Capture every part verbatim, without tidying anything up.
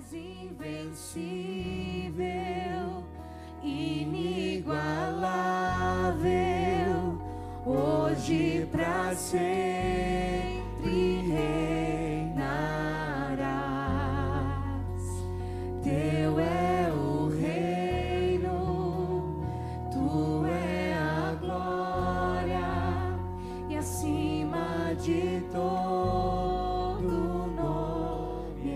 invencível, inigualável, hoje pra sempre reinarás. Teu é o reino, tu é a glória, e acima de todo nome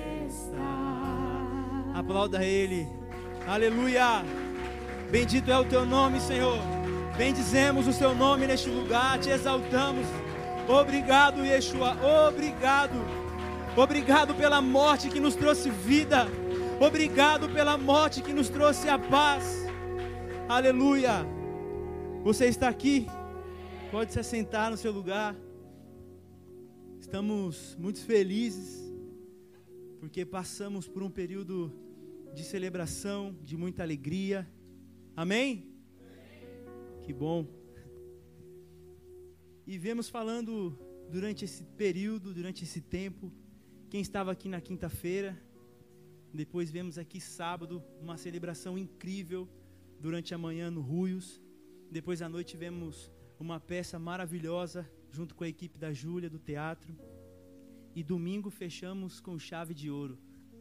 está. Aplauda Ele. Aleluia. Bendito é o teu nome, Senhor. Bendizemos o seu nome neste lugar, te exaltamos. Obrigado, Yeshua, obrigado. Obrigado pela morte que nos trouxe vida. Obrigado pela morte que nos trouxe a paz. Aleluia. Você está aqui? Pode se assentar no seu lugar. Estamos muito felizes porque passamos por um período de celebração, de muita alegria. Amém? Que bom. E vemos falando durante esse período, durante esse tempo, quem estava aqui na quinta-feira, depois vemos aqui sábado, uma celebração incrível durante a manhã no Ruios, depois à noite vemos uma peça maravilhosa junto com a equipe da Júlia do teatro, e domingo fechamos com chave de ouro.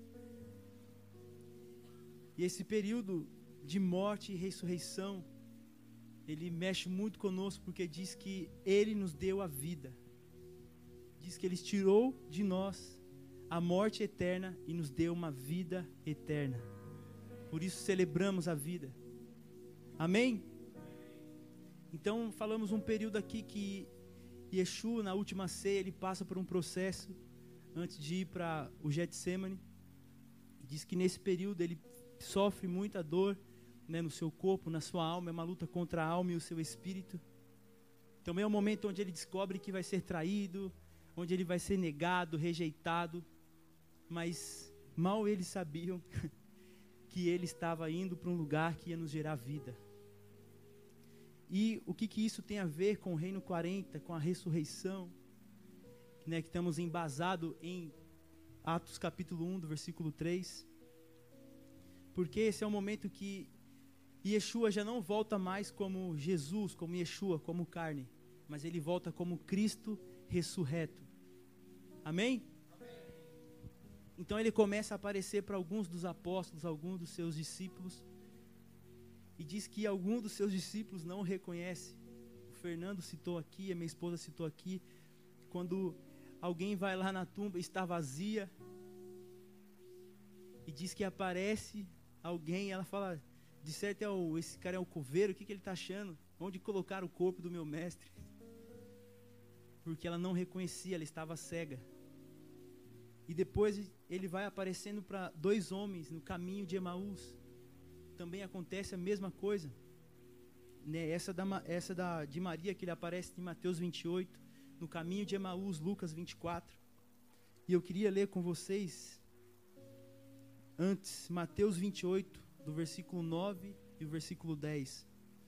E esse período de morte e ressurreição, ele mexe muito conosco, porque diz que Ele nos deu a vida. Diz que Ele tirou de nós a morte eterna e nos deu uma vida eterna. Por isso celebramos a vida. Amém? Então falamos um período aqui que Yeshua, na última ceia, ele passa por um processo antes de ir para o Getsemane. Diz que nesse período ele sofre muita dor, né, no seu corpo, na sua alma. É uma luta contra a alma e o seu espírito. Também é um momento onde ele descobre que vai ser traído, onde ele vai ser negado, rejeitado. Mas mal eles sabiam que ele estava indo para um lugar que ia nos gerar vida. E o que, que isso tem a ver com o Reino quarenta, com a ressurreição, né, que estamos embasados em Atos capítulo um, do versículo três. Porque esse é o momento que Yeshua já não volta mais como Jesus, como Yeshua, como carne, mas ele volta como Cristo ressurreto. Amém? Amém. Então ele começa a aparecer para alguns dos apóstolos, alguns dos seus discípulos, e diz que algum dos seus discípulos não o reconhece. O Fernando citou aqui, a minha esposa citou aqui, quando alguém vai lá na tumba, está vazia, e diz que aparece alguém, ela fala, de certo é o, esse cara é o coveiro, o que, que ele está achando? Onde colocar o corpo do meu mestre? Porque ela não reconhecia, ela estava cega. E depois ele vai aparecendo para dois homens no caminho de Emaús. Também acontece a mesma coisa, né? Essa, da, essa da, de Maria, que ele aparece em Mateus vinte e oito, no caminho de Emaús, Lucas vinte e quatro. E eu queria ler com vocês, antes, Mateus vinte e oito, do versículo nove e o versículo dez.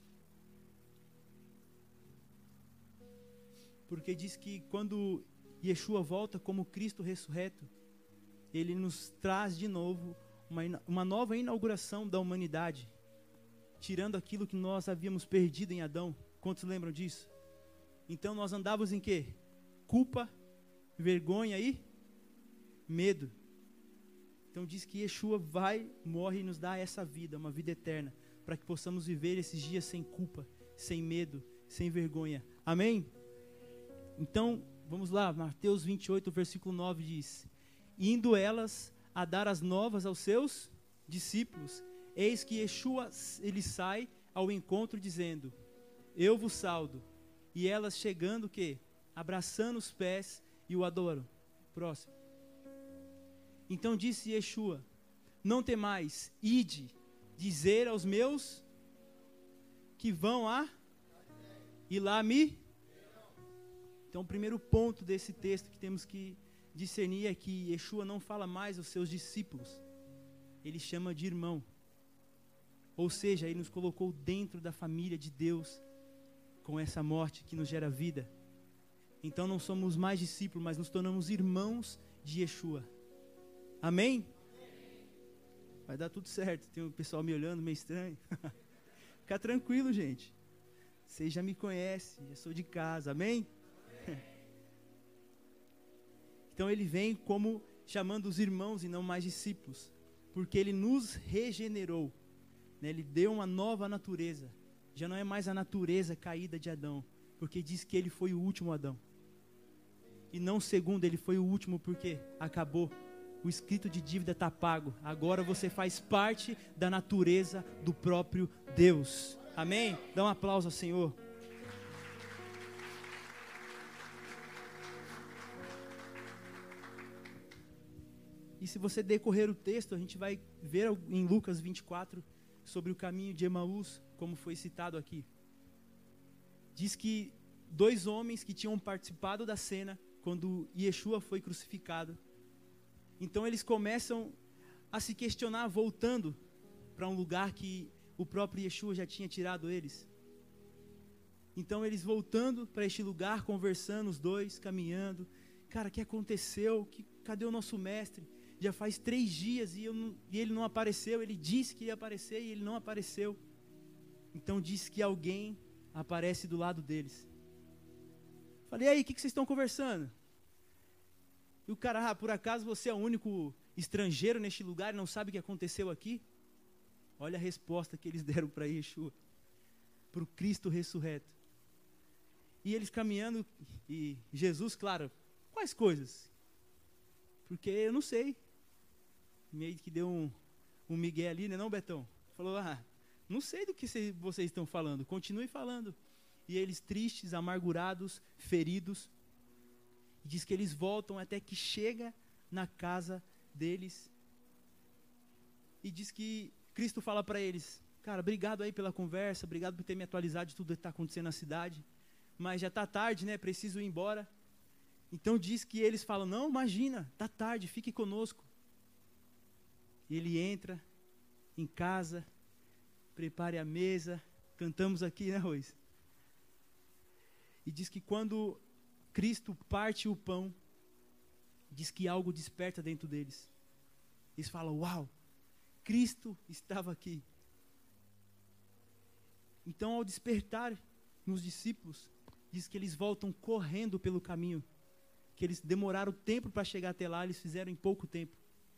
Porque diz que quando Yeshua volta como Cristo ressurreto, ele nos traz de novo uma, uma nova inauguração da humanidade, tirando aquilo que nós havíamos perdido em Adão. Quantos lembram disso? Então nós andávamos em quê? Culpa, vergonha e medo. Então diz que Yeshua vai, morre e nos dá essa vida, uma vida eterna, para que possamos viver esses dias sem culpa, sem medo, sem vergonha. Amém? Então, vamos lá, Mateus vinte e oito, versículo nove diz: indo elas a dar as novas aos seus discípulos, eis que Yeshua, ele sai ao encontro dizendo: eu vos saldo. E elas chegando, o quê? Abraçando os pés e o adoram. Próximo. Então disse Yeshua: não temais, ide, dizer aos meus que vão a e lá me. Então o primeiro ponto desse texto que temos que discernir é que Yeshua não fala mais aos seus discípulos, ele chama de irmão. Ou seja, ele nos colocou dentro da família de Deus com essa morte que nos gera vida. Então não somos mais discípulos, mas nos tornamos irmãos de Yeshua. Amém? vai dar tudo certo. Tem um pessoal me olhando meio estranho. Fica tranquilo, gente. Vocês já me conhecem, já sou de casa, amém? Amém. Então ele vem como chamando os irmãos e não mais discípulos, porque ele nos regenerou, né? Ele deu uma nova natureza. Já não é mais a natureza caída de Adão, porque diz que ele foi o último Adão. E não o segundo, ele foi o último porque acabou. O escrito de dívida está pago. Agora você faz parte da natureza do próprio Deus. Amém? Dá um aplauso ao Senhor. E se você decorrer o texto, a gente vai ver em Lucas vinte e quatro sobre o caminho de Emaús, como foi citado aqui. Diz que dois homens que tinham participado da cena quando Yeshua foi crucificado, então eles começam a se questionar, voltando para um lugar que o próprio Yeshua já tinha tirado eles. Então eles voltando para este lugar, conversando os dois, caminhando. Cara, o que aconteceu? Que, cadê o nosso mestre? Já faz três dias e, eu não, e ele não apareceu. Ele disse que ia aparecer e ele não apareceu. Então diz que alguém aparece do lado deles. Falei, e aí, o que, que vocês estão conversando? E o cara, ah, por acaso você é o único estrangeiro neste lugar e não sabe o que aconteceu aqui? Olha a resposta que eles deram para Yeshua, para o Cristo ressurreto. E eles caminhando, e Jesus, claro, quais coisas? Porque eu não sei. Meio que deu um, um migué ali, né, não, Betão? Falou, ah, não sei do que cê, vocês estão falando, continue falando. E eles tristes, amargurados, feridos, diz que eles voltam até que chega na casa deles. E diz que Cristo fala para eles, cara, obrigado aí pela conversa, obrigado por ter me atualizado de tudo que está acontecendo na cidade, mas já está tarde, né, preciso ir embora. Então diz que eles falam, não, imagina, está tarde, fique conosco. E ele entra em casa, prepare a mesa, cantamos aqui, né, Rose? E diz que quando Cristo parte o pão, diz que algo desperta dentro deles. Eles falam, uau, Cristo estava aqui. Então, ao despertar nos discípulos, diz que eles voltam correndo pelo caminho, que eles demoraram tempo para chegar até lá, eles fizeram em pouco tempo.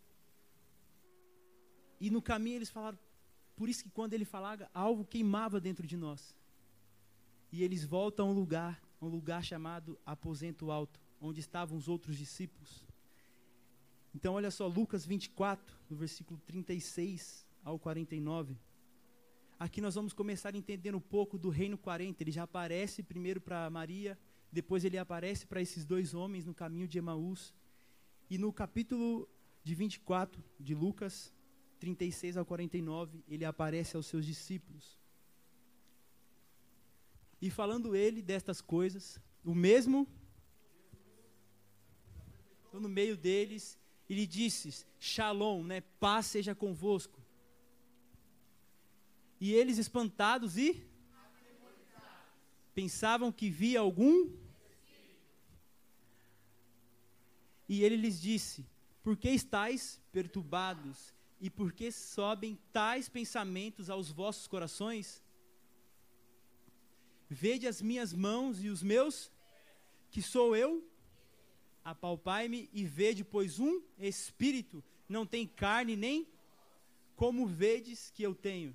E no caminho eles falaram, por isso que quando ele falava, algo queimava dentro de nós. E eles voltam a um lugar, um lugar chamado Aposento Alto, onde estavam os outros discípulos. Então olha só, Lucas vinte e quatro, no versículo trinta e seis ao quarenta e nove. Aqui nós vamos começar a entender um pouco do reino quarenta. Ele já aparece primeiro para Maria, depois ele aparece para esses dois homens no caminho de Emaús. E no capítulo de vinte e quatro de Lucas, trinta e seis ao quarenta e nove, ele aparece aos seus discípulos. E falando ele destas coisas, o mesmo, no meio deles, ele disse, Shalom, né, paz seja convosco. E eles espantados e pensavam que via algum. E ele lhes disse, por que estáis perturbados? E por que sobem tais pensamentos aos vossos corações? Vede as minhas mãos e os meus, que sou eu, apalpai-me e vede, pois um espírito não tem carne nem como vedes que eu tenho.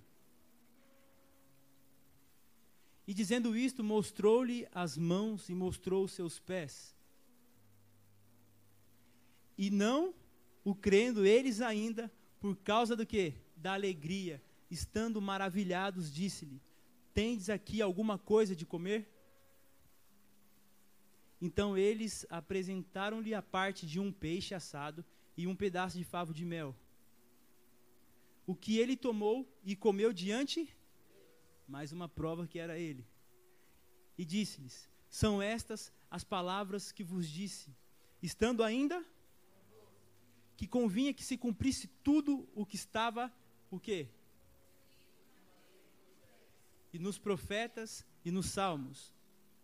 E dizendo isto, mostrou-lhe as mãos e mostrou os seus pés. E não o crendo eles ainda, por causa do quê? Da alegria, estando maravilhados, disse-lhe, tendes aqui alguma coisa de comer? Então eles apresentaram-lhe a parte de um peixe assado e um pedaço de favo de mel. O que ele tomou e comeu diante, mais uma prova que era ele. E disse-lhes, são estas as palavras que vos disse, estando ainda, que convinha que se cumprisse tudo o que estava, o quê? E nos profetas e nos salmos.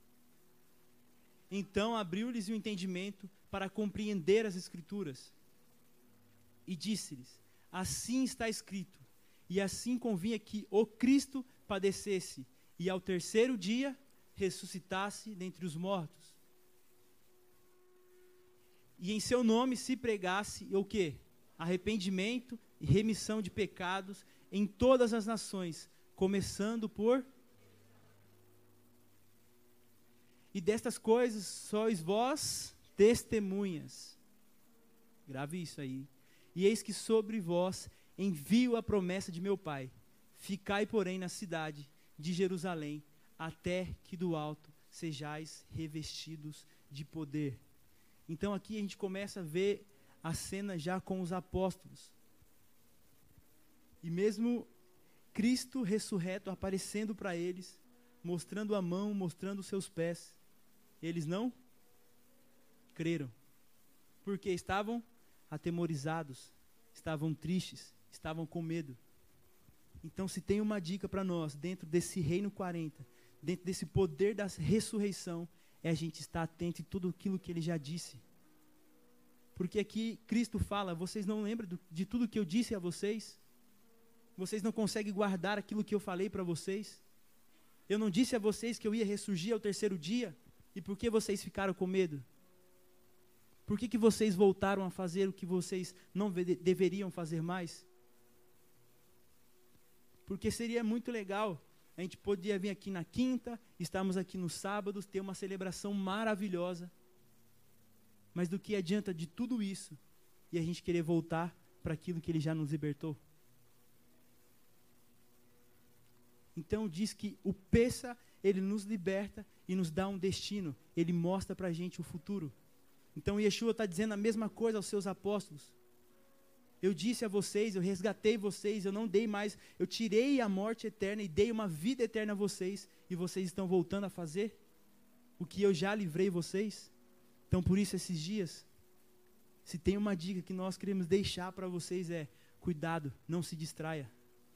Então abriu-lhes o entendimento para compreender as escrituras. E disse-lhes, assim está escrito, e assim convinha que o Cristo padecesse, e ao terceiro dia ressuscitasse dentre os mortos. E em seu nome se pregasse o quê? Arrependimento e remissão de pecados em todas as nações, começando por... E destas coisas sois vós testemunhas. Grave isso aí. E eis que sobre vós envio a promessa de meu Pai. Ficai, porém, na cidade de Jerusalém, até que do alto sejais revestidos de poder. Então aqui a gente começa a ver a cena já com os apóstolos. E mesmo Cristo ressurreto aparecendo para eles, mostrando a mão, mostrando os seus pés, eles não creram, porque estavam atemorizados, estavam tristes, estavam com medo. Então, se tem uma dica para nós, dentro desse reino quarenta, dentro desse poder da ressurreição, é a gente estar atento em tudo aquilo que ele já disse. Porque aqui Cristo fala, vocês não lembram do, de tudo que eu disse a vocês? Vocês não conseguem guardar aquilo que eu falei para vocês? Eu não disse a vocês que eu ia ressurgir ao terceiro dia? E por que vocês ficaram com medo? Por que que vocês voltaram a fazer o que vocês não ve- deveriam fazer mais? Porque seria muito legal, a gente podia vir aqui na quinta, estamos aqui no sábado, ter uma celebração maravilhosa. Mas do que adianta de tudo isso e a gente querer voltar para aquilo que ele já nos libertou? Então diz que o peça, ele nos liberta e nos dá um destino. Ele mostra para a gente o futuro. Então Yeshua está dizendo a mesma coisa aos seus apóstolos. Eu disse a vocês, eu resgatei vocês, eu não dei mais, eu tirei a morte eterna e dei uma vida eterna a vocês, e vocês estão voltando a fazer o que eu já livrei vocês. Então por isso esses dias, se tem uma dica que nós queremos deixar para vocês é, cuidado, não se distraia.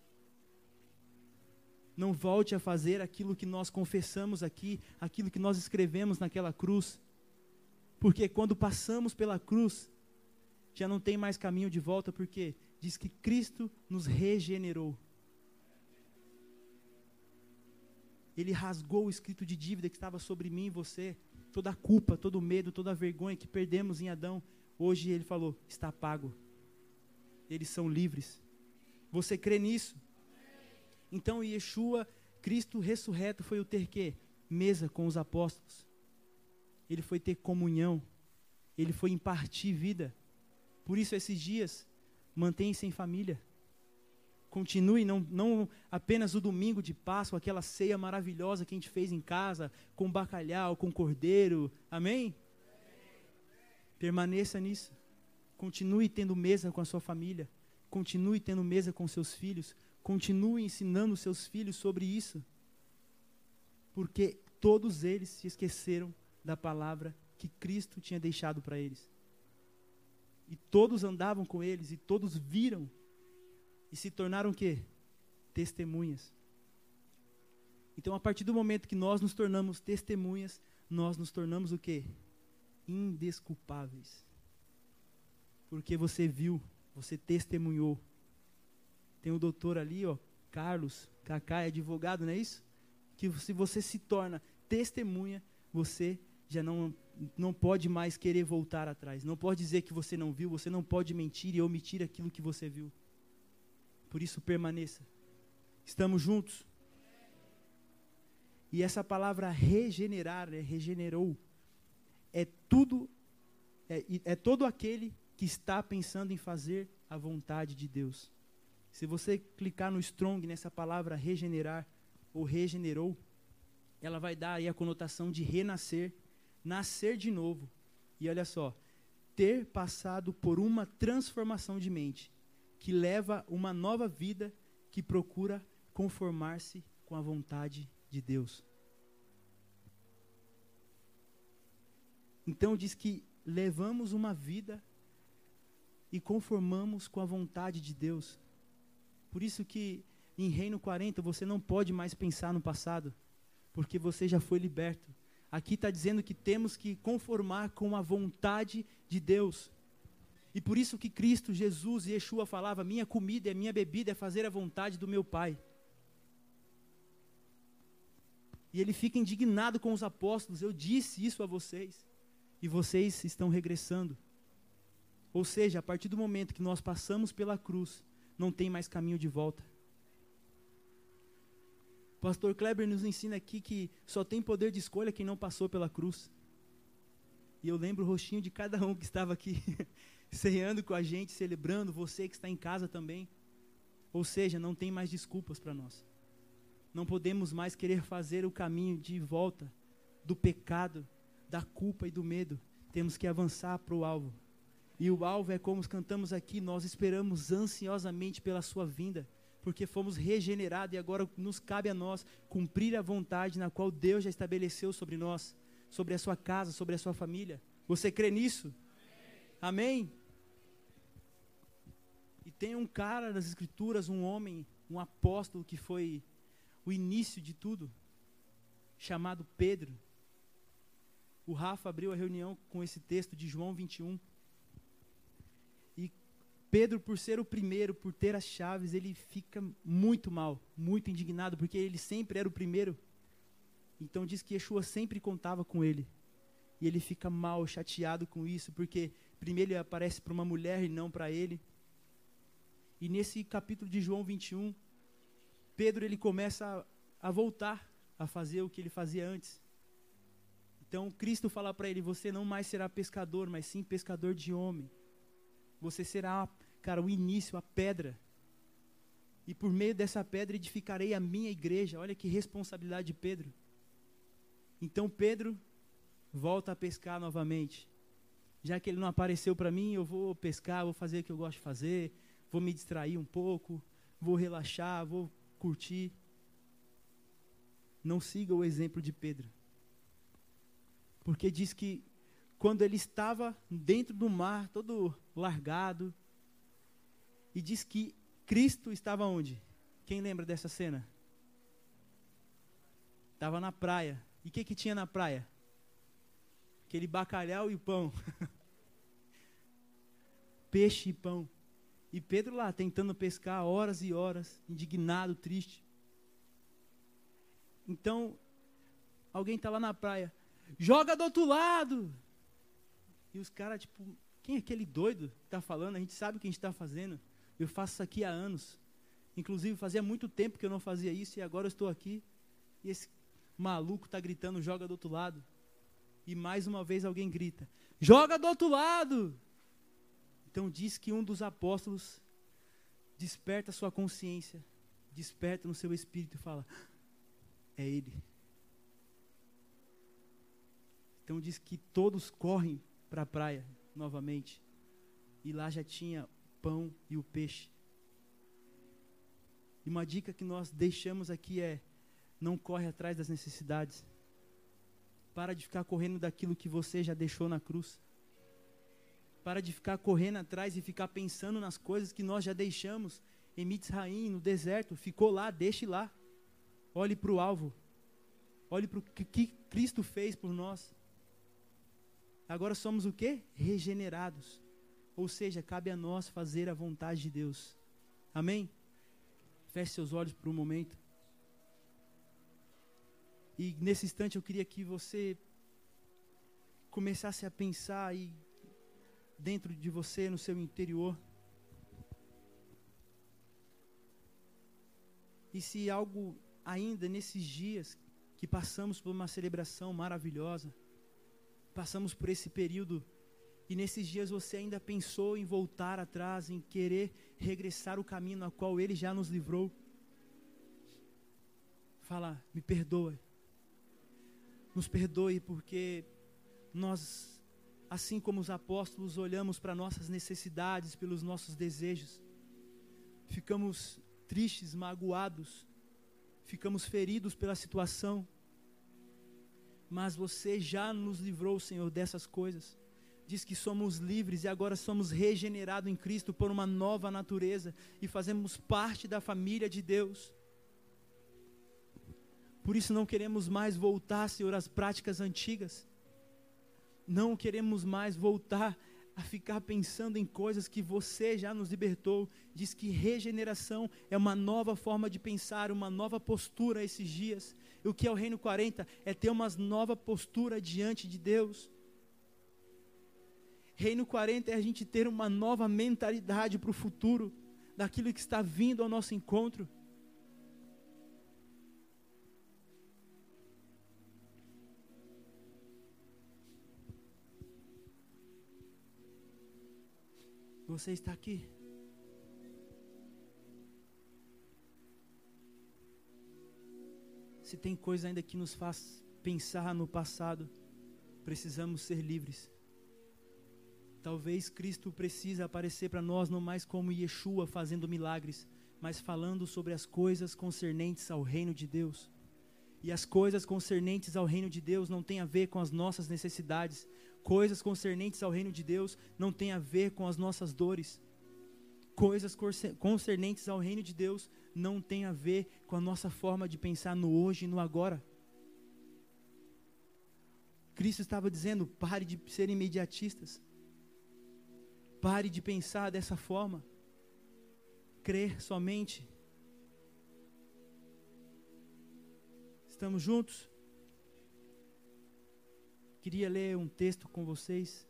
Não volte a fazer aquilo que nós confessamos aqui, aquilo que nós escrevemos naquela cruz. Porque quando passamos pela cruz, já não tem mais caminho de volta, porque diz que Cristo nos regenerou. Ele rasgou o escrito de dívida que estava sobre mim e você, toda a culpa, todo o medo, toda a vergonha que perdemos em Adão. Hoje ele falou, está pago. Eles são livres. Você crê nisso? Então Yeshua, Cristo ressurreto, foi o ter quê? Mesa com os apóstolos. Ele foi ter comunhão. Ele foi impartir vida. Por isso, esses dias, mantenha-se em família. Continue, não, não apenas o domingo de Páscoa, aquela ceia maravilhosa que a gente fez em casa, com bacalhau, com cordeiro. Amém? Permaneça nisso. Continue tendo mesa com a sua família. Continue tendo mesa com seus filhos. Continue ensinando seus filhos sobre isso. Porque todos eles se esqueceram da palavra que Cristo tinha deixado para eles. E todos andavam com eles, e todos viram, e se tornaram o quê? Testemunhas. Então, a partir do momento que nós nos tornamos testemunhas, nós nos tornamos o quê? Indesculpáveis. Porque você viu, você testemunhou. Tem o doutor ali, ó, Carlos, Cacá, é advogado, não é isso? Que se você se torna testemunha, você já não, não pode mais querer voltar atrás. Não pode dizer que você não viu, você não pode mentir e omitir aquilo que você viu. Por isso, permaneça. Estamos juntos? E essa palavra regenerar, é, regenerou, é tudo, é, é todo aquele que está pensando em fazer a vontade de Deus. Se você clicar no Strong, nessa palavra regenerar, ou regenerou, ela vai dar aí a conotação de renascer, nascer de novo. E olha só, ter passado por uma transformação de mente, que leva uma nova vida, que procura conformar-se com a vontade de Deus. Então diz que levamos uma vida e conformamos com a vontade de Deus. Por isso que em Reino quarenta você não pode mais pensar no passado, porque você já foi liberto. Aqui está dizendo que temos que conformar com a vontade de Deus. E por isso que Cristo, Jesus e Yeshua falava, minha comida e minha bebida é fazer a vontade do meu Pai. E ele fica indignado com os apóstolos, eu disse isso a vocês, e vocês estão regressando. Ou seja, a partir do momento que nós passamos pela cruz, não tem mais caminho de volta. O pastor Kleber nos ensina aqui que só tem poder de escolha quem não passou pela cruz. E eu lembro o rostinho de cada um que estava aqui, ceando com a gente, celebrando, você que está em casa também. Ou seja, não tem mais desculpas para nós. Não podemos mais querer fazer o caminho de volta do pecado, da culpa e do medo. Temos que avançar para o alvo. E o alvo é como cantamos aqui, nós esperamos ansiosamente pela sua vinda, porque fomos regenerados e agora nos cabe a nós cumprir a vontade na qual Deus já estabeleceu sobre nós, sobre a sua casa, sobre a sua família. Você crê nisso? Amém? Amém? E tem um cara das Escrituras, um homem, um apóstolo que foi o início de tudo, chamado Pedro. O Rafa abriu a reunião com esse texto de João vinte e um. E Pedro, por ser o primeiro, por ter as chaves, ele fica muito mal, muito indignado, porque ele sempre era o primeiro. Então diz que Yeshua sempre contava com ele. E ele fica mal, chateado com isso, porque primeiro ele aparece para uma mulher e não para ele. E nesse capítulo de João vinte e um, Pedro ele começa a, a voltar a fazer o que ele fazia antes. Então Cristo fala para ele, você não mais será pescador, mas sim pescador de homem. Você será, cara, o início, a pedra. E por meio dessa pedra edificarei a minha igreja. Olha que responsabilidade de Pedro. Então Pedro volta a pescar novamente. Já que ele não apareceu para mim, eu vou pescar, vou fazer o que eu gosto de fazer, vou me distrair um pouco, vou relaxar, vou curtir. Não siga o exemplo de Pedro. Porque diz que quando ele estava dentro do mar, todo largado, e diz que Cristo estava onde? Quem lembra dessa cena? Estava na praia. E o que que tinha na praia? Aquele bacalhau e pão. Peixe e pão. E Pedro lá, tentando pescar horas e horas, indignado, triste. Então, alguém está lá na praia. Joga do outro lado! E os caras, tipo, quem é aquele doido que está falando? A gente sabe o que a gente está fazendo. Eu faço isso aqui há anos. Inclusive, fazia muito tempo que eu não fazia isso e agora eu estou aqui. E esse maluco está gritando, joga do outro lado. E mais uma vez alguém grita, joga do outro lado! Então diz que um dos apóstolos desperta sua consciência, desperta no seu espírito e fala, é ele. Então diz que todos correm para a praia novamente. E lá já tinha o pão e o peixe. E uma dica que nós deixamos aqui é, não corre atrás das necessidades. Para de ficar correndo daquilo que você já deixou na cruz. Para de ficar correndo atrás e ficar pensando nas coisas que nós já deixamos em Mitzraim, no deserto. Ficou lá, deixe lá. Olhe para o alvo. Olhe para o que Cristo fez por nós. Agora somos o quê? Regenerados. Ou seja, cabe a nós fazer a vontade de Deus. Amém? Feche seus olhos por um momento. E nesse instante eu queria que você começasse a pensar aí dentro de você, no seu interior. E se algo ainda nesses dias que passamos por uma celebração maravilhosa, passamos por esse período, e nesses dias você ainda pensou em voltar atrás, em querer regressar o caminho ao qual Ele já nos livrou, fala, me perdoe. Nos perdoe porque nós, assim como os apóstolos, olhamos para nossas necessidades, pelos nossos desejos. Ficamos tristes, magoados, ficamos feridos pela situação. Mas você já nos livrou, Senhor, dessas coisas. Diz que somos livres e agora somos regenerados em Cristo por uma nova natureza e fazemos parte da família de Deus. Por isso não queremos mais voltar, Senhor, às práticas antigas. Não queremos mais voltar a ficar pensando em coisas que você já nos libertou. Diz que regeneração é uma nova forma de pensar, uma nova postura esses dias. E o que é o Reino quarenta? É ter uma nova postura diante de Deus. Reino quarenta é a gente ter uma nova mentalidade para o futuro, daquilo que está vindo ao nosso encontro. Você está aqui? Se tem coisa ainda que nos faz pensar no passado, precisamos ser livres. Talvez Cristo precise aparecer para nós não mais como Yeshua fazendo milagres, mas falando sobre as coisas concernentes ao reino de Deus. E as coisas concernentes ao reino de Deus não tem a ver com as nossas necessidades. Coisas concernentes ao reino de Deus não tem a ver com as nossas dores. Coisas concernentes ao reino de Deus não tem a ver com a nossa forma de pensar no hoje e no agora. Cristo estava dizendo: pare de ser imediatistas. Pare de pensar dessa forma. Crer somente. Estamos juntos? Queria ler um texto com vocês,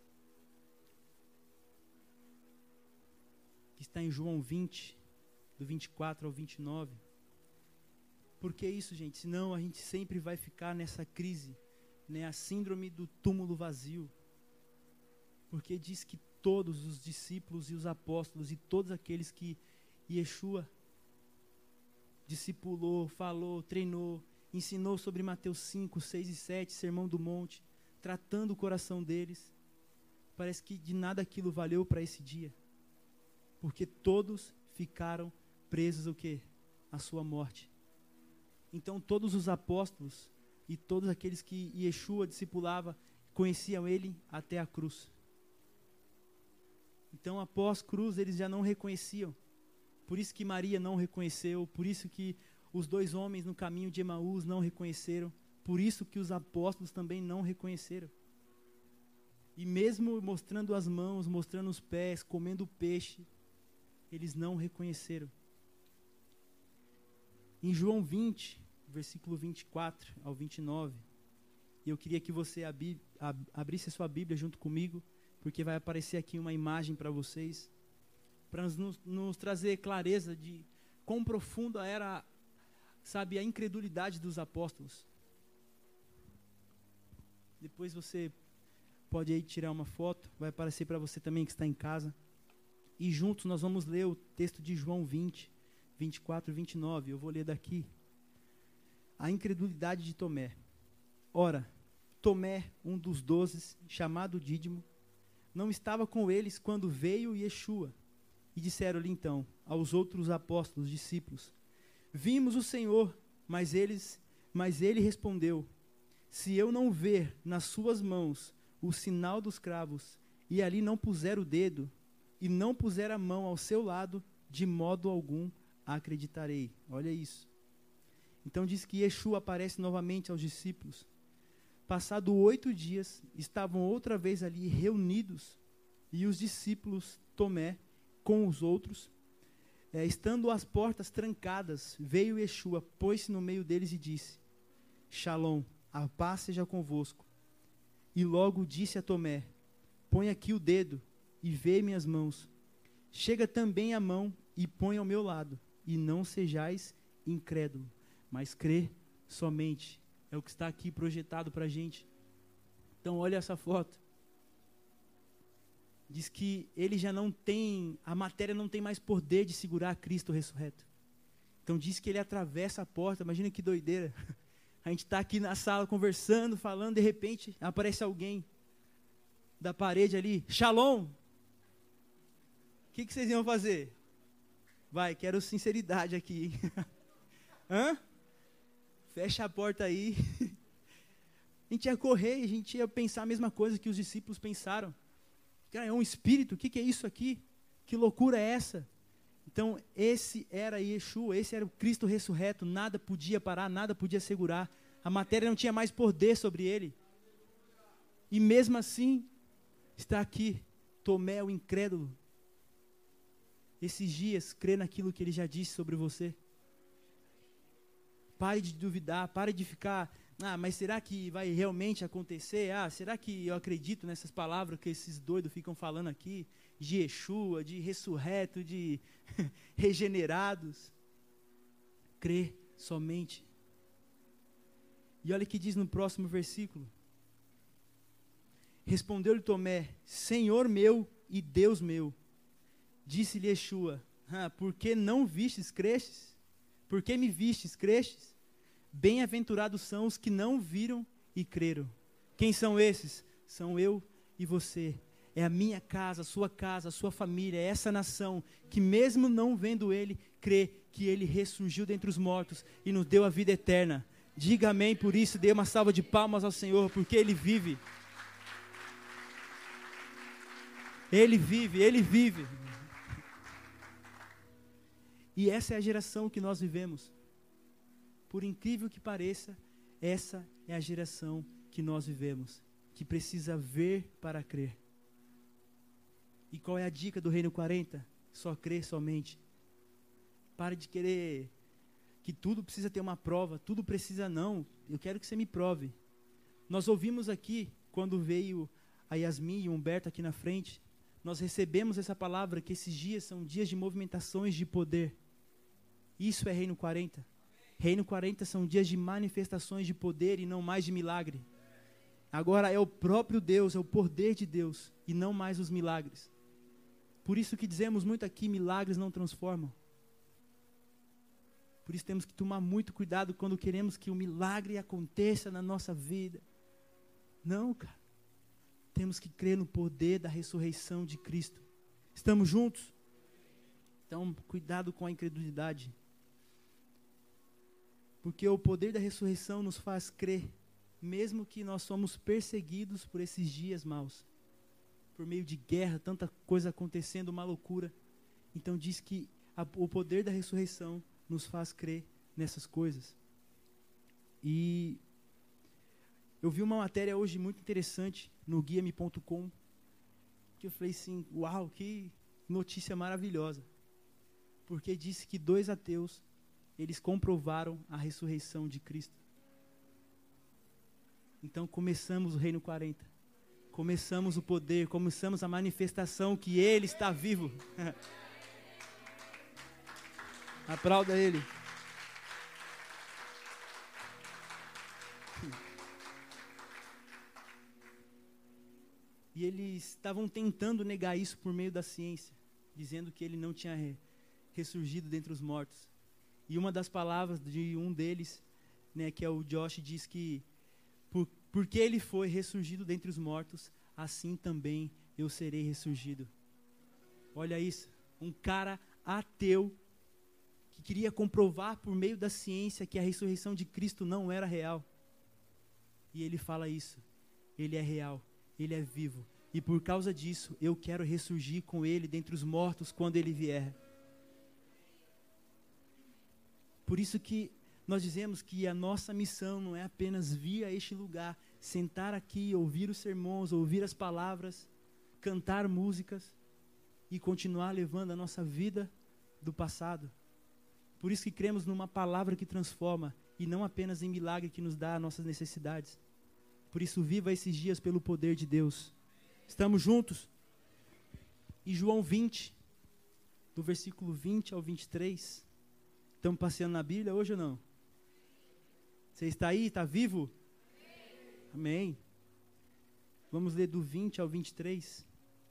que está em João vinte, do vinte e quatro ao vinte e nove. Por que isso, gente? Senão a gente sempre vai ficar nessa crise, né? A síndrome do túmulo vazio. Porque diz que todos os discípulos e os apóstolos e todos aqueles que Yeshua discipulou, falou, treinou, ensinou sobre Mateus cinco, seis e sete, Sermão do Monte, tratando o coração deles, parece que de nada aquilo valeu para esse dia, porque todos ficaram presos ao quê? À sua morte. Então todos os apóstolos e todos aqueles que Yeshua discipulava conheciam ele até a cruz. Então após cruz eles já não reconheciam. Por isso que Maria não reconheceu, por isso que os dois homens no caminho de Emaús não reconheceram, por isso que os apóstolos também não reconheceram. E mesmo mostrando as mãos, mostrando os pés, comendo peixe, eles não reconheceram. Em João vinte, versículo vinte e quatro ao vinte e nove, e eu queria que você abri, ab, abrisse a sua Bíblia junto comigo, porque vai aparecer aqui uma imagem para vocês, para nos, nos trazer clareza de quão profunda era, sabe, a incredulidade dos apóstolos. Depois você pode aí tirar uma foto, vai aparecer para você também que está em casa. E juntos nós vamos ler o texto de João vinte, vinte e quatro e vinte e nove. Eu vou ler daqui. A incredulidade de Tomé. Ora, Tomé, um dos doze, chamado Dídimo, não estava com eles quando veio Yeshua. E disseram-lhe então aos outros apóstolos, discípulos: vimos o Senhor. Mas, eles, mas ele respondeu: se eu não ver nas suas mãos o sinal dos cravos, e ali não puser o dedo, e não puser a mão ao seu lado, de modo algum acreditarei. Olha isso. Então diz que Yeshua aparece novamente aos discípulos. Passado oito dias, estavam outra vez ali reunidos, e os discípulos, Tomé, com os outros, é, estando as portas trancadas, veio Yeshua, pôs-se no meio deles e disse: Shalom, a paz seja convosco. E logo disse a Tomé: põe aqui o dedo e vê minhas mãos. Chega também a mão e põe ao meu lado, e não sejais incrédulo, mas crê somente. É o que está aqui projetado para a gente. Então olha essa foto. Diz que ele já não tem, a matéria não tem mais poder de segurar Cristo ressurreto. Então diz que ele atravessa a porta. Imagina que doideira. A gente está aqui na sala conversando, falando, de repente aparece alguém da parede ali: Shalom! O que, que vocês iam fazer? Vai, quero sinceridade aqui. Hã? Fecha a porta aí. A gente ia correr, a gente ia pensar a mesma coisa que os discípulos pensaram. Cara, é um espírito, o que, que é isso aqui? Que loucura é essa? Então, esse era Yeshua, esse era o Cristo ressurreto, nada podia parar, nada podia segurar. A matéria não tinha mais poder sobre ele. E mesmo assim, está aqui, Tomé, o incrédulo, esses dias, crê naquilo que ele já disse sobre você. Pare de duvidar, pare de ficar, ah, mas será que vai realmente acontecer? Ah, será que eu acredito nessas palavras que esses doidos ficam falando aqui? De Yeshua, de ressurreto, de regenerados. Crê somente. E olha o que diz no próximo versículo. Respondeu-lhe Tomé, Senhor meu e Deus meu. Disse-lhe Yeshua, ah, por que não vistes, crestes? Por que me vistes, crestes? Bem-aventurados são os que não viram e creram. Quem são esses? São eu e você. É a minha casa, a sua casa, a sua família, é essa nação que mesmo não vendo ele, crê que ele ressurgiu dentre os mortos e nos deu a vida eterna. Diga amém por isso, dê uma salva de palmas ao Senhor, porque ele vive. Ele vive, ele vive. E essa é a geração que nós vivemos. Por incrível que pareça, essa é a geração que nós vivemos, que precisa ver para crer. E qual é a dica do Reino quarenta? Só crer somente. Pare de querer que tudo precisa ter uma prova, tudo precisa não. Eu quero que você me prove. Nós ouvimos aqui, quando veio a Yasmin e o Humberto aqui na frente, nós recebemos essa palavra que esses dias são dias de movimentações de poder. Isso é Reino quarenta. Reino quarenta são dias de manifestações de poder e não mais de milagre. Agora é o próprio Deus, é o poder de Deus e não mais os milagres. Por isso que dizemos muito aqui, milagres não transformam. Por isso temos que tomar muito cuidado quando queremos que o milagre aconteça na nossa vida. Não, cara. Temos que crer no poder da ressurreição de Cristo. Estamos juntos? Então, cuidado com a incredulidade. Porque o poder da ressurreição nos faz crer, mesmo que nós somos perseguidos por esses dias maus. Por meio de guerra, tanta coisa acontecendo, uma loucura. Então diz que a, o poder da ressurreição nos faz crer nessas coisas. E eu vi uma matéria hoje muito interessante no guia me ponto com, que eu falei assim, uau, que notícia maravilhosa. Porque disse que dois ateus, eles comprovaram a ressurreição de Cristo. Então começamos o Reino quarenta. Começamos o poder, começamos a manifestação que Ele está vivo. Aplauda Ele. E eles estavam tentando negar isso por meio da ciência, dizendo que Ele não tinha re- ressurgido dentre os mortos. E uma das palavras de um deles, né, que é o Josh, diz que por, porque Ele foi ressurgido dentre os mortos, assim também eu serei ressurgido. Olha isso, um cara ateu que queria comprovar por meio da ciência que a ressurreição de Cristo não era real. E ele fala isso, Ele é real, Ele é vivo. E por causa disso, eu quero ressurgir com Ele dentre os mortos quando Ele vier. Por isso que nós dizemos que a nossa missão não é apenas vir a este lugar, sentar aqui, ouvir os sermões, ouvir as palavras, cantar músicas e continuar levando a nossa vida do passado. Por isso que cremos numa palavra que transforma e não apenas em milagre que nos dá as nossas necessidades. Por isso viva esses dias pelo poder de Deus. Estamos juntos? E João vinte, do versículo vinte ao vinte e três... Estamos passeando na Bíblia hoje ou não? Você está aí? Está vivo? Amém. Amém. Vamos ler do vinte ao vinte e três.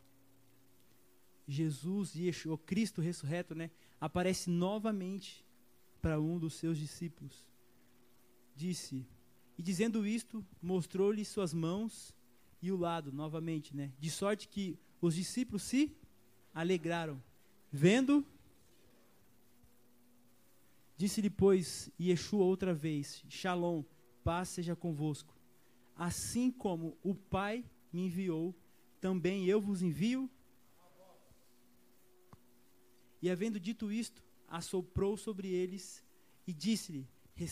Jesus, Yeshua, Cristo ressurreto, né, aparece novamente para um dos seus discípulos. Disse, e dizendo isto, mostrou-lhe suas mãos e o lado, novamente, né, de sorte que os discípulos se alegraram, vendo. Disse-lhe, pois, Yeshua outra vez, Shalom, paz seja convosco. Assim como o Pai me enviou, também eu vos envio. E havendo dito isto, assoprou sobre eles e disse-lhe,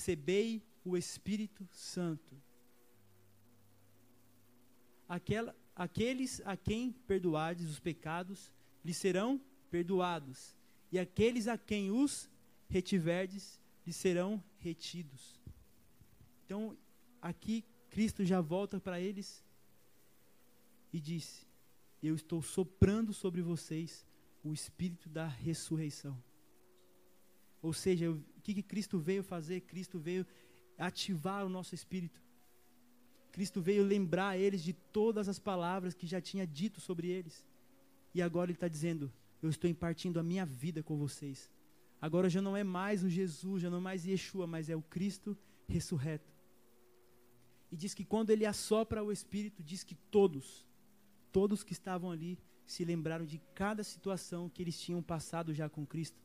recebei o Espírito Santo. Aquela, aqueles a quem perdoardes os pecados, lhes serão perdoados. E aqueles a quem os retiverdes, lhes serão retidos. Então, aqui, Cristo já volta para eles e disse: eu estou soprando sobre vocês o Espírito da ressurreição. Ou seja, o que, que Cristo veio fazer? Cristo veio ativar o nosso espírito. Cristo veio lembrar eles de todas as palavras que já tinha dito sobre eles. E agora Ele está dizendo: eu estou impartindo a minha vida com vocês. Agora já não é mais o Jesus, já não é mais Yeshua, mas é o Cristo ressurreto. E diz que quando Ele assopra o Espírito, diz que todos, todos que estavam ali, se lembraram de cada situação que eles tinham passado já com Cristo.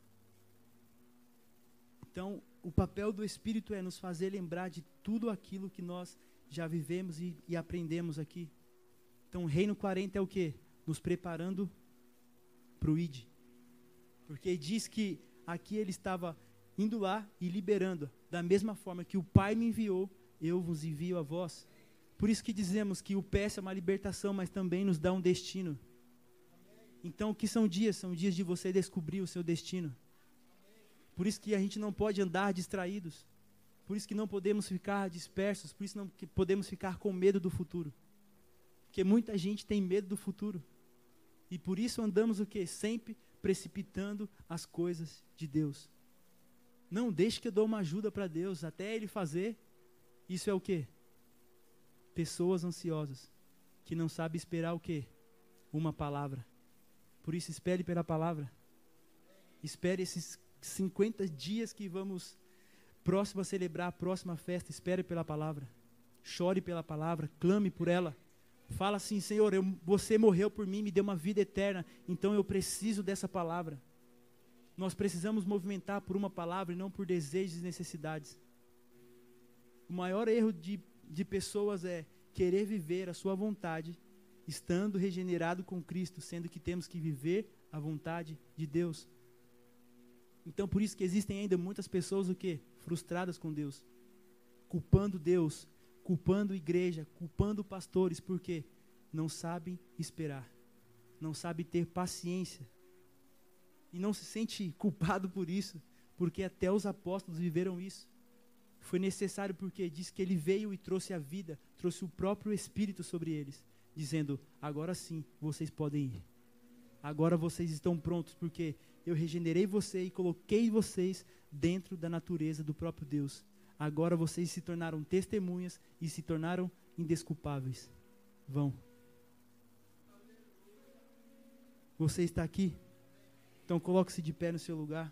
Então, o papel do Espírito é nos fazer lembrar de tudo aquilo que nós já vivemos e, e aprendemos aqui. Então, o Reino quarenta é o quê? Nos preparando para o I D. Porque diz que aqui Ele estava indo lá e liberando. Da mesma forma que o Pai me enviou, eu vos envio a vós. Por isso que dizemos que o P E S é uma libertação, mas também nos dá um destino. Então, o que são dias? São dias de você descobrir o seu destino. Por isso que a gente não pode andar distraídos. Por isso que não podemos ficar dispersos. Por isso não que podemos ficar com medo do futuro. Porque muita gente tem medo do futuro. E por isso andamos o quê? Sempre precipitando as coisas de Deus. Não deixe que eu dou uma ajuda para Deus até Ele fazer. Isso é o quê? Pessoas ansiosas que não sabem esperar o quê? Uma palavra. Por isso espere pela palavra. Espere esses cinquenta dias que vamos próximo a celebrar a próxima festa. Espere pela palavra. Chore pela palavra, clame por ela. Fala assim: Senhor, eu, você morreu por mim, me deu uma vida eterna, então eu preciso dessa palavra. Nós precisamos movimentar por uma palavra e não por desejos e necessidades. O maior erro de, de pessoas é querer viver a sua vontade, estando regenerado com Cristo, sendo que temos que viver a vontade de Deus. Então, por isso que existem ainda muitas pessoas o quê? Frustradas com Deus, culpando Deus, culpando a igreja, culpando pastores, porque não sabem esperar, não sabem ter paciência, e não se sente culpado por isso, porque até os apóstolos viveram isso. Foi necessário porque diz que Ele veio e trouxe a vida, trouxe o próprio Espírito sobre eles, dizendo: agora sim, vocês podem ir. Agora vocês estão prontos, porque eu regenerei você e coloquei vocês dentro da natureza do próprio Deus. Agora vocês se tornaram testemunhas e se tornaram indesculpáveis. Vão. Você está aqui? Então coloque-se de pé no seu lugar.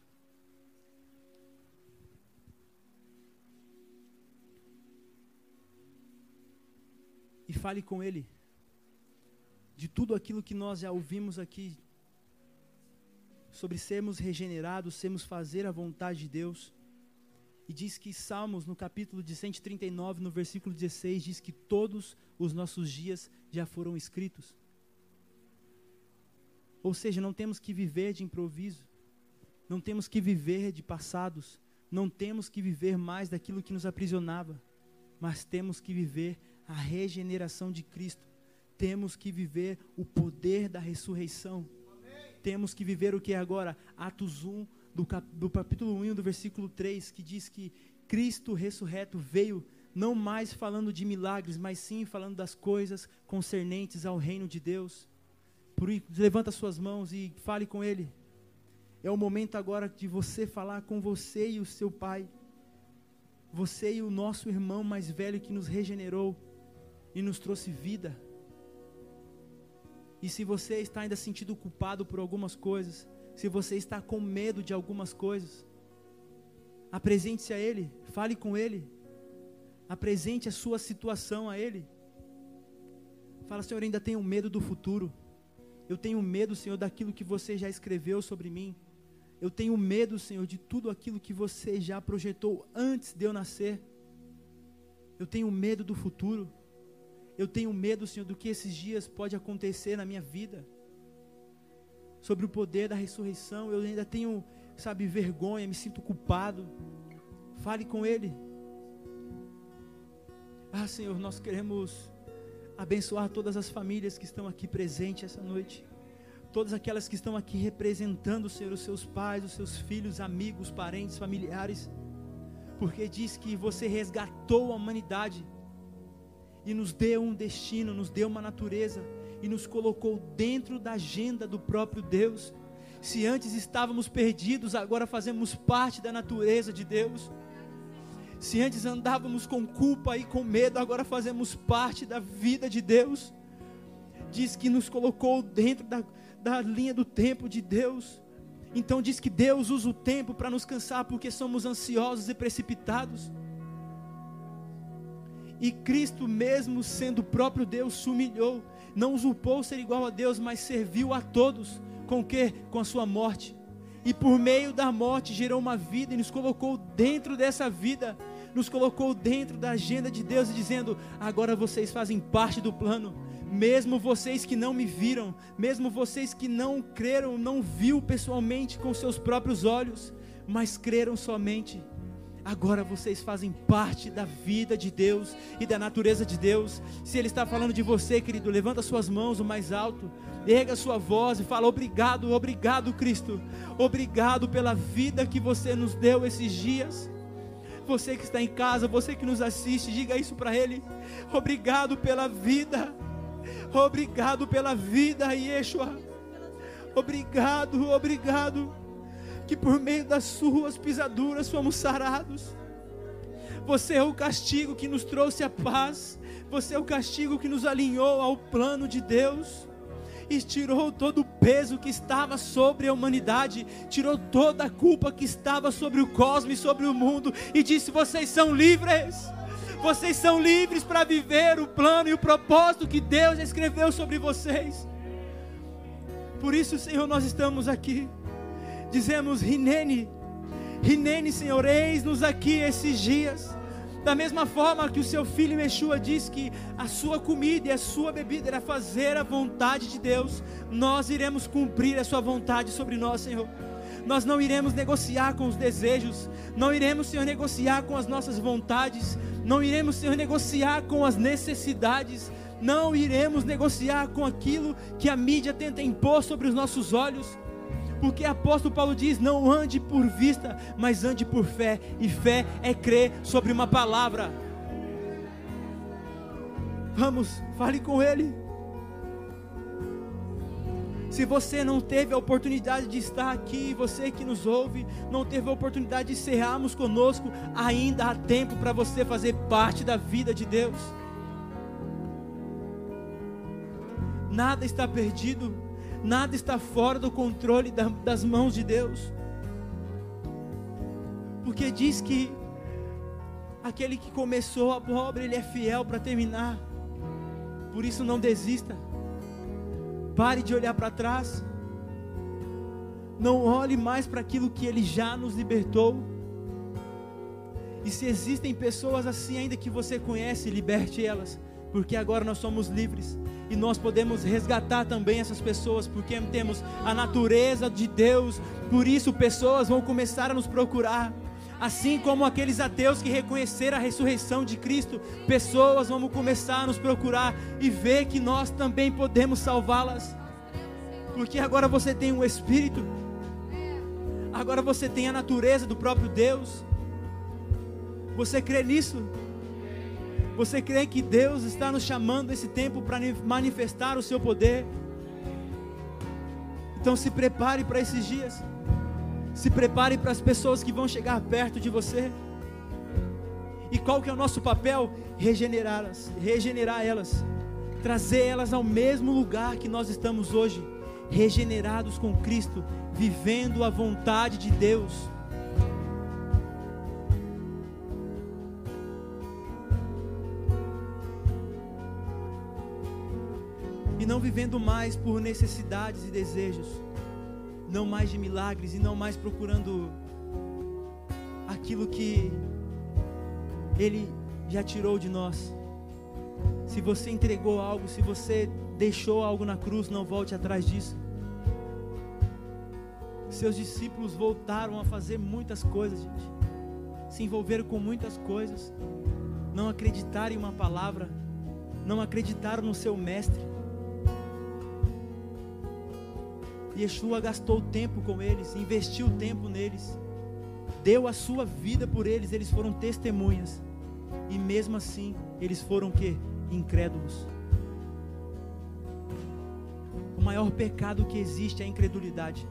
E fale com Ele de tudo aquilo que nós já ouvimos aqui, sobre sermos regenerados, sermos fazer a vontade de Deus. E diz que Salmos, no capítulo de cento e trinta e nove, no versículo dezesseis, diz que todos os nossos dias já foram escritos. Ou seja, não temos que viver de improviso, não temos que viver de passados, não temos que viver mais daquilo que nos aprisionava, mas temos que viver a regeneração de Cristo. Temos que viver o poder da ressurreição. Amém. Temos que viver o que é agora? Atos um, do, cap, do capítulo um, do versículo três, que diz que Cristo ressurreto veio não mais falando de milagres, mas sim falando das coisas concernentes ao reino de Deus. Por isso, levanta suas mãos e fale com Ele. É o momento agora de você falar com você e o seu Pai. Você e o nosso irmão mais velho que nos regenerou e nos trouxe vida. E se você está ainda sentindo culpado por algumas coisas, se você está com medo de algumas coisas, apresente-se a Ele, fale com Ele, apresente a sua situação a Ele. Fala: Senhor, eu ainda tenho medo do futuro, eu tenho medo, Senhor, daquilo que você já escreveu sobre mim, eu tenho medo, Senhor, de tudo aquilo que você já projetou antes de eu nascer, eu tenho medo do futuro. Eu tenho medo, Senhor, do que esses dias pode acontecer na minha vida. Sobre o poder da ressurreição, eu ainda tenho, sabe, vergonha, me sinto culpado. Fale com Ele. Ah, Senhor, nós queremos abençoar todas as famílias que estão aqui presentes essa noite. Todas aquelas que estão aqui representando, Senhor, os seus pais, os seus filhos, amigos, parentes, familiares. Porque diz que você resgatou a humanidade e nos deu um destino, nos deu uma natureza e nos colocou dentro da agenda do próprio Deus. Se antes estávamos perdidos, agora fazemos parte da natureza de Deus. Se antes andávamos com culpa e com medo, agora fazemos parte da vida de Deus. Diz que nos colocou dentro da, da linha do tempo de Deus. Então diz que Deus usa o tempo para nos cansar, porque somos ansiosos e precipitados. E Cristo, mesmo sendo o próprio Deus, se humilhou, não usurpou ser igual a Deus, mas serviu a todos. Com o quê? Com a sua morte. E por meio da morte gerou uma vida e nos colocou dentro dessa vida, nos colocou dentro da agenda de Deus e dizendo: agora vocês fazem parte do plano. Mesmo vocês que não me viram, mesmo vocês que não creram, não viu pessoalmente com seus próprios olhos, mas creram somente, agora vocês fazem parte da vida de Deus e da natureza de Deus. Se Ele está falando de você, querido, levanta suas mãos o mais alto, erga sua voz e fala: obrigado, obrigado, Cristo, obrigado pela vida que você nos deu esses dias. Você que está em casa, você que nos assiste, diga isso para Ele: obrigado pela vida, obrigado pela vida, Yeshua, obrigado, obrigado, que por meio das suas pisaduras fomos sarados. Você é o castigo que nos trouxe a paz, você é o castigo que nos alinhou ao plano de Deus, e tirou todo o peso que estava sobre a humanidade, tirou toda a culpa que estava sobre o cosmos e sobre o mundo, e disse: vocês são livres, vocês são livres para viver o plano e o propósito que Deus escreveu sobre vocês. Por isso, Senhor, nós estamos aqui, dizemos: Rinene, Rinene, Senhor, eis-nos aqui esses dias. Da mesma forma que o seu filho Yeshua diz que a sua comida e a sua bebida era fazer a vontade de Deus, nós iremos cumprir a sua vontade sobre nós, Senhor. Nós não iremos negociar com os desejos, não iremos, Senhor, negociar com as nossas vontades, não iremos, Senhor, negociar com as necessidades, não iremos negociar com aquilo que a mídia tenta impor sobre os nossos olhos. Porque o apóstolo Paulo diz: não ande por vista, mas ande por fé. E fé é crer sobre uma palavra. Vamos, fale com Ele. Se você não teve a oportunidade de estar aqui, você que nos ouve, não teve a oportunidade de encerrarmos conosco, ainda há tempo para você fazer parte da vida de Deus. Nada está perdido. Nada está fora do controle da, das mãos de Deus. Porque diz que aquele que começou a obra, Ele é fiel para terminar. Por isso não desista. Pare de olhar para trás. Não olhe mais para aquilo que Ele já nos libertou. E se existem pessoas assim ainda que você conhece, liberte elas. Porque agora nós somos livres. E nós podemos resgatar também essas pessoas, porque temos a natureza de Deus. Por isso pessoas vão começar a nos procurar. Assim como aqueles ateus que reconheceram a ressurreição de Cristo, pessoas vão começar a nos procurar e ver que nós também podemos salvá-las. Porque agora você tem um Espírito, agora você tem a natureza do próprio Deus. Você crê nisso? Você crê que Deus está nos chamando esse tempo para manifestar o seu poder? Então se prepare para esses dias. Se prepare para as pessoas que vão chegar perto de você. E qual que é o nosso papel? Regenerá-las, regenerar elas, trazer elas ao mesmo lugar que nós estamos hoje, regenerados com Cristo, vivendo a vontade de Deus. E não vivendo mais por necessidades e desejos, não mais de milagres, e não mais procurando aquilo que Ele já tirou de nós. Se você entregou algo, se você deixou algo na cruz, não volte atrás disso. Seus discípulos voltaram a fazer muitas coisas, gente, se envolveram com muitas coisas, não acreditaram em uma palavra, não acreditaram no seu mestre. Yeshua gastou tempo com eles, investiu tempo neles, deu a sua vida por eles, eles foram testemunhas, e mesmo assim, eles foram o quê? Incrédulos. O maior pecado que existe é a incredulidade.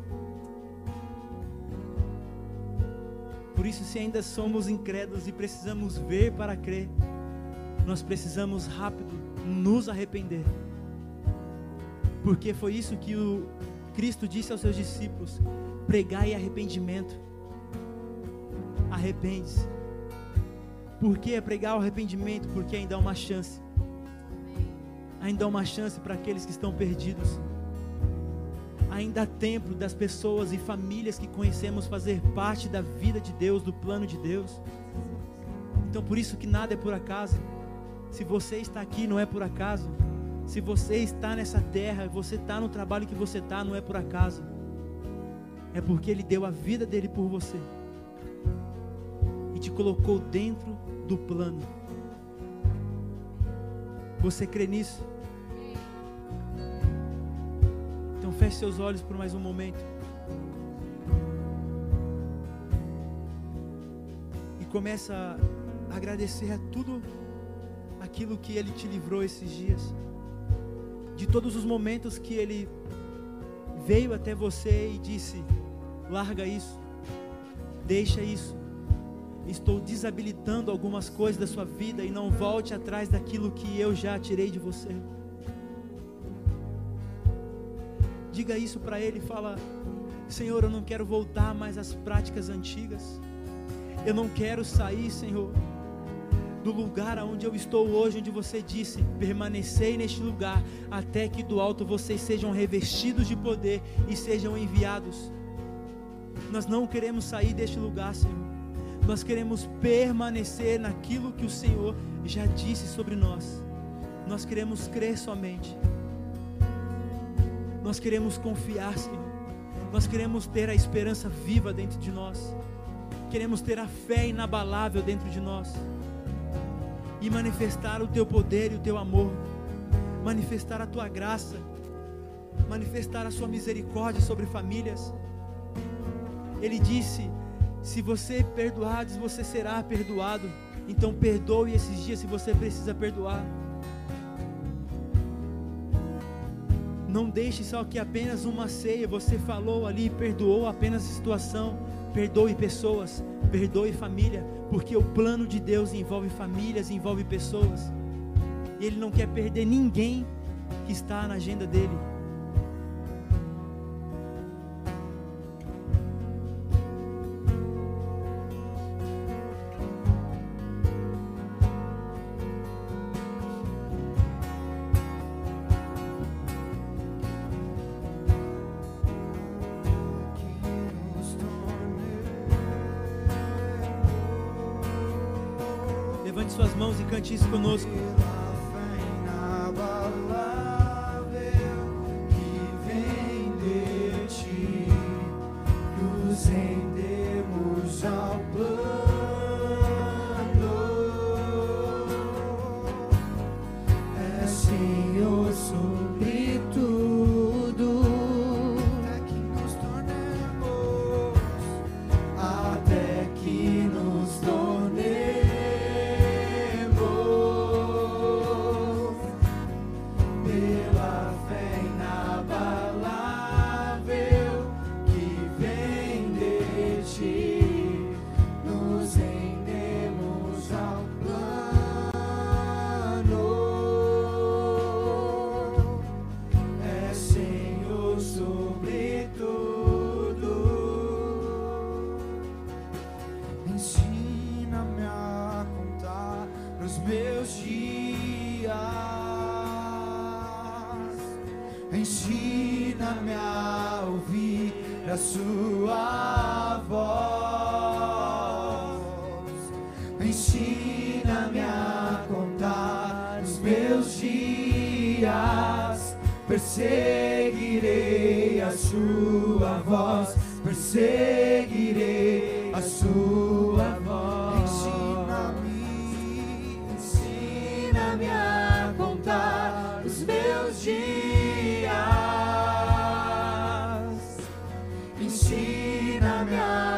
Por isso, se ainda somos incrédulos e precisamos ver para crer, nós precisamos rápido nos arrepender, porque foi isso que o Cristo disse aos seus discípulos: pregai arrependimento. Arrepende-se. Por que pregar o arrependimento? Porque ainda há uma chance. Ainda há uma chance para aqueles que estão perdidos. Ainda há tempo das pessoas e famílias que conhecemos fazer parte da vida de Deus, do plano de Deus. Então por isso que nada é por acaso. Se você está aqui, não é por acaso. Se você está nessa terra, você está no trabalho que você está, não é por acaso. É porque Ele deu a vida dele por você e te colocou dentro do plano. Você crê nisso? Então feche seus olhos por mais um momento e começa a agradecer a tudo aquilo que Ele te livrou esses dias, de todos os momentos que Ele veio até você e disse: larga isso, deixa isso, estou desabilitando algumas coisas da sua vida, e não volte atrás daquilo que eu já tirei de você. Diga isso para Ele, fala: Senhor, eu não quero voltar mais às práticas antigas, eu não quero sair, Senhor, do lugar onde eu estou hoje, onde você disse: permanecei neste lugar, até que do alto vocês sejam revestidos de poder e sejam enviados. Nós não queremos sair deste lugar, Senhor, nós queremos permanecer naquilo que o Senhor já disse sobre nós. Nós queremos crer somente, nós queremos confiar, Senhor, nós queremos ter a esperança viva dentro de nós, queremos ter a fé inabalável dentro de nós, e manifestar o Teu poder e o Teu amor, manifestar a Tua graça, manifestar a Sua misericórdia sobre famílias. Ele disse: se você perdoares, você será perdoado. Então perdoe esses dias se você precisa perdoar. Não deixe só que apenas uma ceia você falou ali, perdoou apenas a situação. Perdoe pessoas, perdoe família, porque o plano de Deus envolve famílias, envolve pessoas, e Ele não quer perder ninguém que está na agenda dEle. Levante suas mãos e cante isso conosco. Pela fé inabalável que vem de ti, nos rendemos ao plano. É Senhor sobre tudo, até que nos tornemos, até que nos tornemos. Ensina-me a ouvir a sua voz. Ensina-me a contar os meus dias. Perseguirei a sua voz. Perseguirei a sua voz. Ensina-me, ensina-me a contar ensina-me a